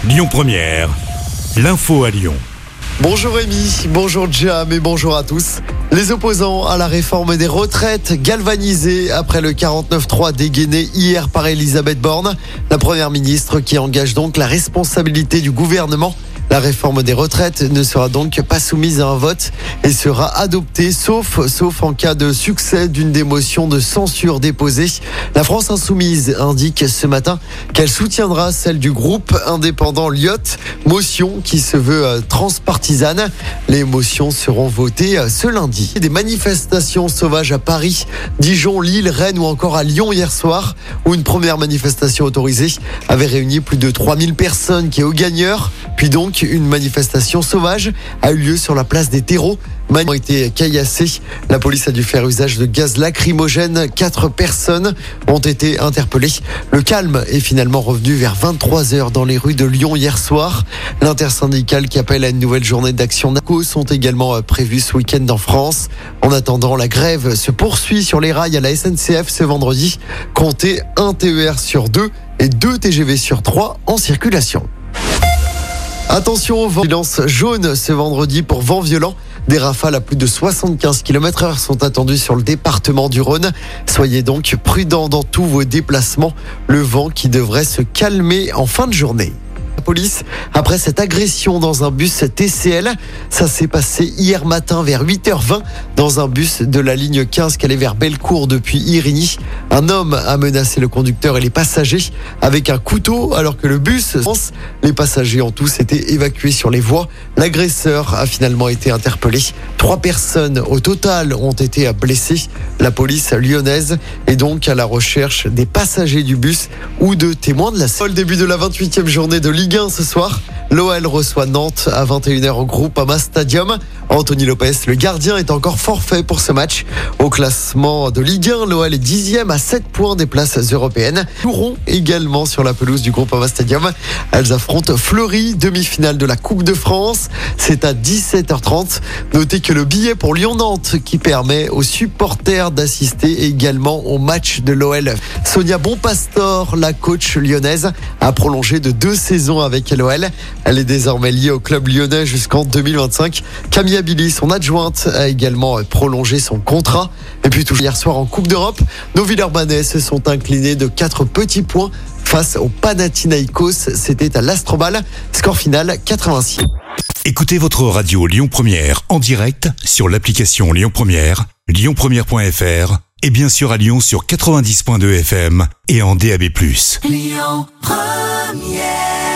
Lyon Première, l'info à Lyon. Bonjour Rémi, bonjour Jam et bonjour à tous. Les opposants à la réforme des retraites galvanisés après le 49.3 dégainé hier par Elisabeth Borne. La première ministre qui engage donc la responsabilité du gouvernement. La réforme des retraites ne sera donc pas soumise à un vote et sera adoptée sauf en cas de succès d'une des motions de censure déposée. La France Insoumise indique ce matin qu'elle soutiendra celle du groupe indépendant Lyotte, motion qui se veut transpartisane. Les motions seront votées ce lundi. Des manifestations sauvages à Paris, Dijon, Lille, Rennes ou encore à Lyon hier soir, où une première manifestation autorisée avait réuni plus de 3000 personnes qui est au gagneur. Puis donc, une manifestation sauvage a eu lieu sur la place des terreaux. Ont été caillassés. La police a dû faire usage de gaz lacrymogène. 4 personnes ont été interpellées. Le calme est finalement revenu vers 23h dans les rues de Lyon hier soir. L'intersyndicale qui appelle à une nouvelle journée d'action NACO sont également prévues ce week-end en France. En attendant, la grève se poursuit sur les rails à la SNCF ce vendredi. Comptez 1 TER sur 2 et 2 TGV sur 3 en circulation. Attention au vent. Vigilance jaune ce vendredi pour vent violent. Des rafales à plus de 75 km/h sont attendues sur le département du Rhône. Soyez donc prudents dans tous vos déplacements. Le vent qui devrait se calmer en fin de journée. La police, après cette agression dans un bus TCL, ça s'est passé hier matin vers 8h20 dans un bus de la ligne 15 qui allait vers Bellecour depuis Irigny. Un homme a menacé le conducteur et les passagers avec un couteau alors que le bus avance. Les passagers ont tous été évacués sur les voies. L'agresseur a finalement été interpellé. 3 personnes au total ont été blessées. La police lyonnaise est donc à la recherche des passagers du bus ou de témoins de la scène. Le début de la 28e journée de Ligue 1 ce soir. L'OL reçoit Nantes à 21h au Groupama Stadium. Anthony Lopez, le gardien, est encore forfait pour ce match. Au classement de Ligue 1, l'OL est 10e à 7 points des places européennes. Joueront également sur la pelouse du Groupama Stadium. Elles affrontent Fleury, demi-finale de la Coupe de France. C'est à 17h30. Notez que le billet pour Lyon-Nantes qui permet aux supporters d'assister également au match de l'OL. Sonia Bonpastor, la coach lyonnaise, a prolongé de 2 saisons avec l'OL. Elle est désormais liée au club lyonnais jusqu'en 2025. Camille Abili, son adjointe, a également prolongé son contrat. Et puis toujours hier soir en Coupe d'Europe, nos Villeurbanais se sont inclinés de 4 petits points face au Panathinaikos. C'était à l'Astrobal. Score final 86. Écoutez votre radio Lyon Première en direct sur l'application Lyon Première, lyonpremière.fr et bien sûr à Lyon sur 90.2 FM et en DAB+. Lyon Première.